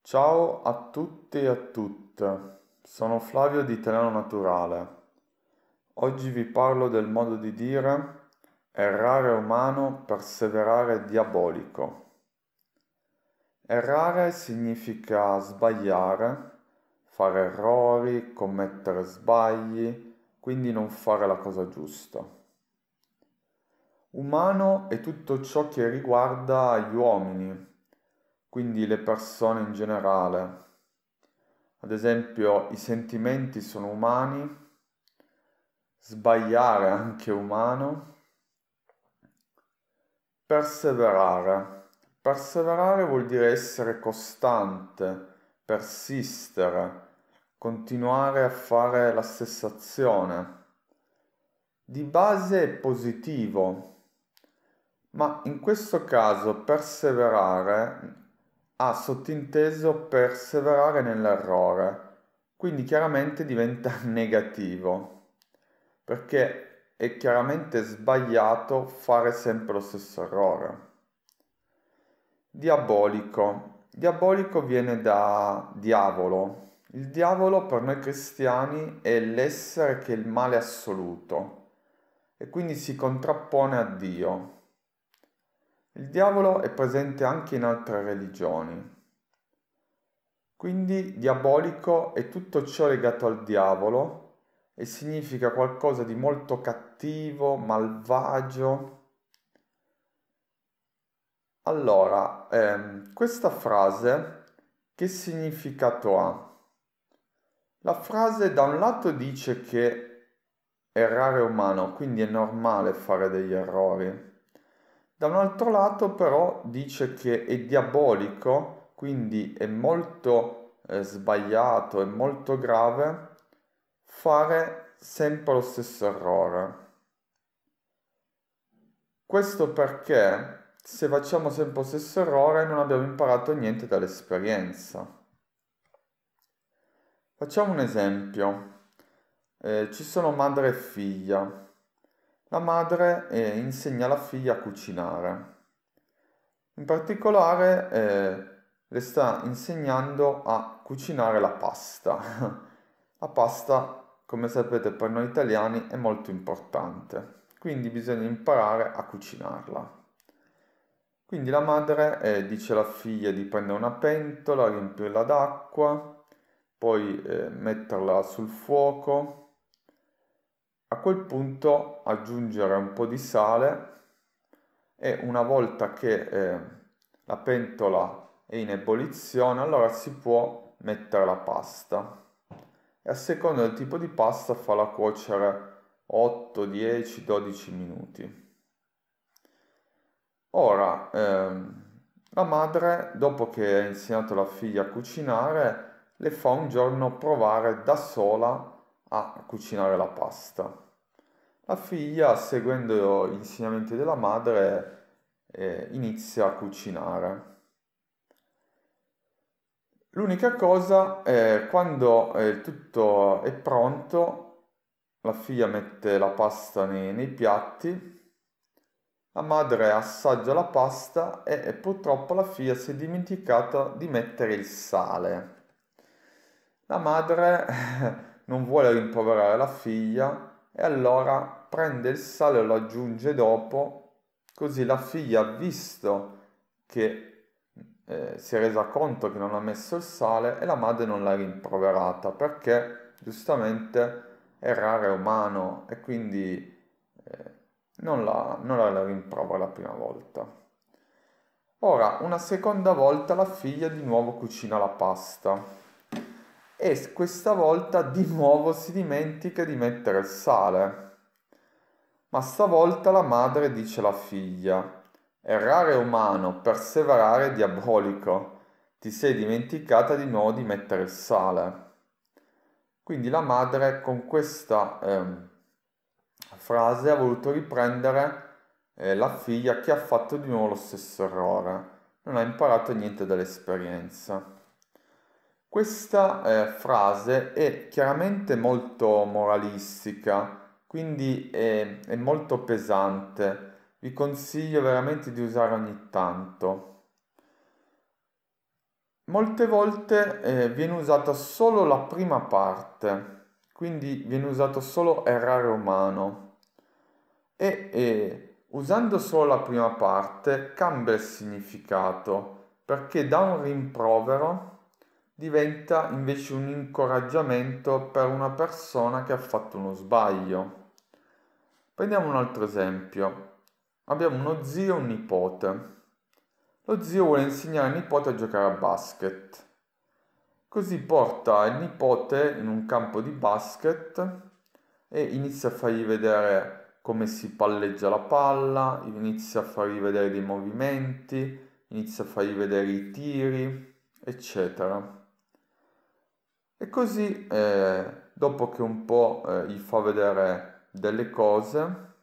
Ciao a tutti e a tutte, sono Flavio di Italiano Naturale. Oggi vi parlo del modo di dire errare è umano, perseverare è diabolico. Errare significa sbagliare, fare errori, commettere sbagli, quindi non fare la cosa giusta. Umano è tutto ciò che riguarda gli uomini, quindi le persone in generale. Ad esempio, i sentimenti sono umani, sbagliare è anche umano, perseverare. Perseverare vuol dire essere costante, persistere, continuare a fare la stessa azione. Di base è positivo, ma in questo caso perseverare ha sottinteso perseverare nell'errore, quindi chiaramente diventa negativo, perché è chiaramente sbagliato fare sempre lo stesso errore. Diabolico. Diabolico viene da diavolo. Il diavolo per noi cristiani è l'essere che è il male assoluto e quindi si contrappone a Dio. Il diavolo è presente anche in altre religioni. Quindi diabolico è tutto ciò legato al diavolo e significa qualcosa di molto cattivo, malvagio. Allora, questa frase che significato ha? La frase da un lato dice che errare è umano, quindi è normale fare degli errori. Da un altro lato però dice che è diabolico, quindi è molto sbagliato, è molto grave fare sempre lo stesso errore. Questo perché se facciamo sempre lo stesso errore non abbiamo imparato niente dall'esperienza. Facciamo un esempio. Ci sono madre e figlia. La madre insegna alla figlia a cucinare. In particolare le sta insegnando a cucinare la pasta. La pasta, come sapete, per noi italiani è molto importante, quindi bisogna imparare a cucinarla. Quindi la madre dice alla figlia di prendere una pentola, riempirla d'acqua, poi metterla sul fuoco, a quel punto aggiungere un po' di sale e una volta che la pentola è in ebollizione, allora si può mettere la pasta e a seconda del tipo di pasta farla cuocere 8, 10, 12 minuti. Ora, la madre, dopo che ha insegnato la figlia a cucinare, le fa un giorno provare da sola a cucinare la pasta. La figlia, seguendo gli insegnamenti della madre, inizia a cucinare. L'unica cosa è quando tutto è pronto, la figlia mette la pasta nei piatti, la madre assaggia la pasta e purtroppo la figlia si è dimenticata di mettere il sale. La madre non vuole rimproverare la figlia e allora prende il sale e lo aggiunge dopo, così la figlia ha visto che si è resa conto che non ha messo il sale e la madre non l'ha rimproverata perché giustamente errare è umano e quindi non la rimprovera la prima volta. Ora, una seconda volta la figlia di nuovo cucina la pasta e questa volta di nuovo si dimentica di mettere il sale. Ma stavolta la madre dice alla figlia: errare è umano, perseverare è diabolico. Ti sei dimenticata di nuovo di mettere il sale. Quindi la madre con questa frase ha voluto riprendere la figlia che ha fatto di nuovo lo stesso errore. Non ha imparato niente dall'esperienza. Questa frase è chiaramente molto moralistica, quindi è molto pesante. Vi consiglio veramente di usare ogni tanto. molte volte viene usata solo la prima parte, quindi viene usato solo errare umano e usando solo la prima parte cambia il significato perché da un rimprovero diventa invece un incoraggiamento per una persona che ha fatto uno sbaglio. Prendiamo un altro esempio. Abbiamo uno zio e un nipote. Lo zio vuole insegnare al nipote a giocare a basket. Così porta il nipote in un campo di basket e inizia a fargli vedere come si palleggia la palla, inizia a fargli vedere dei movimenti, inizia a fargli vedere i tiri, eccetera. E così, dopo che un po' gli fa vedere delle cose,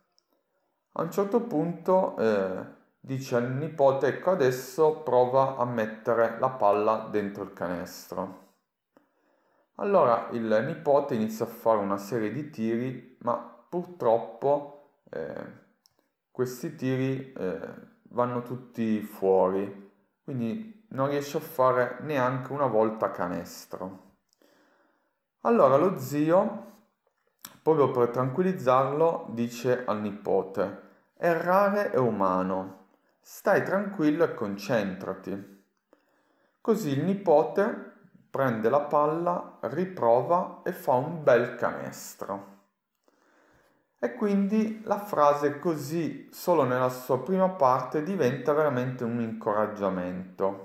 a un certo punto dice al nipote, ecco adesso prova a mettere la palla dentro il canestro. Allora il nipote inizia a fare una serie di tiri, ma purtroppo questi tiri vanno tutti fuori, quindi non riesce a fare neanche una volta canestro. Allora lo zio, proprio per tranquillizzarlo, dice al nipote, errare è umano, stai tranquillo e concentrati. Così il nipote prende la palla, riprova e fa un bel canestro. E quindi la frase così, solo nella sua prima parte, diventa veramente un incoraggiamento.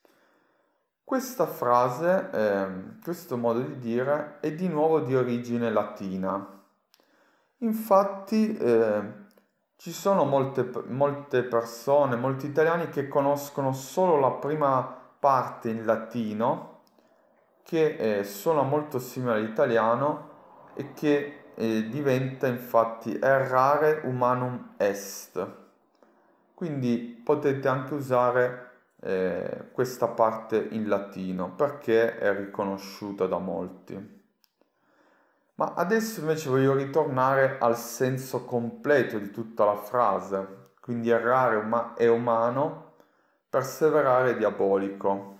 Questa frase, questo modo di dire, è di nuovo di origine latina. Infatti, ci sono molte persone, molti italiani che conoscono solo la prima parte in latino, che suona molto simile all'italiano e che diventa infatti errare humanum est. Quindi potete anche usare questa parte in latino perché è riconosciuta da molti. Ma adesso invece voglio ritornare al senso completo di tutta la frase, quindi errare è umano, perseverare è diabolico.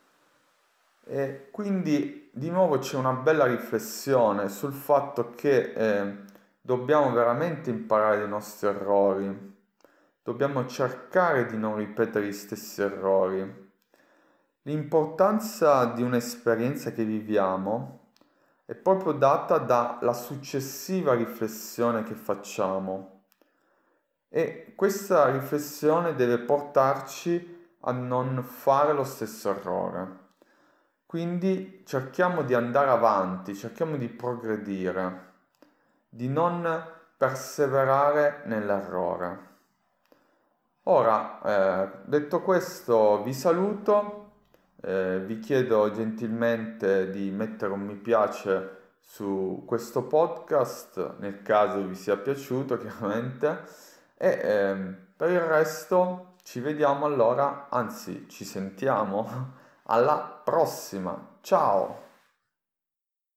E quindi di nuovo c'è una bella riflessione sul fatto che dobbiamo veramente imparare dai nostri errori, dobbiamo cercare di non ripetere gli stessi errori. L'importanza di un'esperienza che viviamo è proprio data dalla successiva riflessione che facciamo e questa riflessione deve portarci a non fare lo stesso errore. Quindi cerchiamo di andare avanti, cerchiamo di progredire, di non perseverare nell'errore. Ora, detto questo, vi saluto, vi chiedo gentilmente di mettere un mi piace su questo podcast, nel caso vi sia piaciuto, chiaramente, e per il resto ci vediamo allora, anzi ci sentiamo alla prossima. Ciao!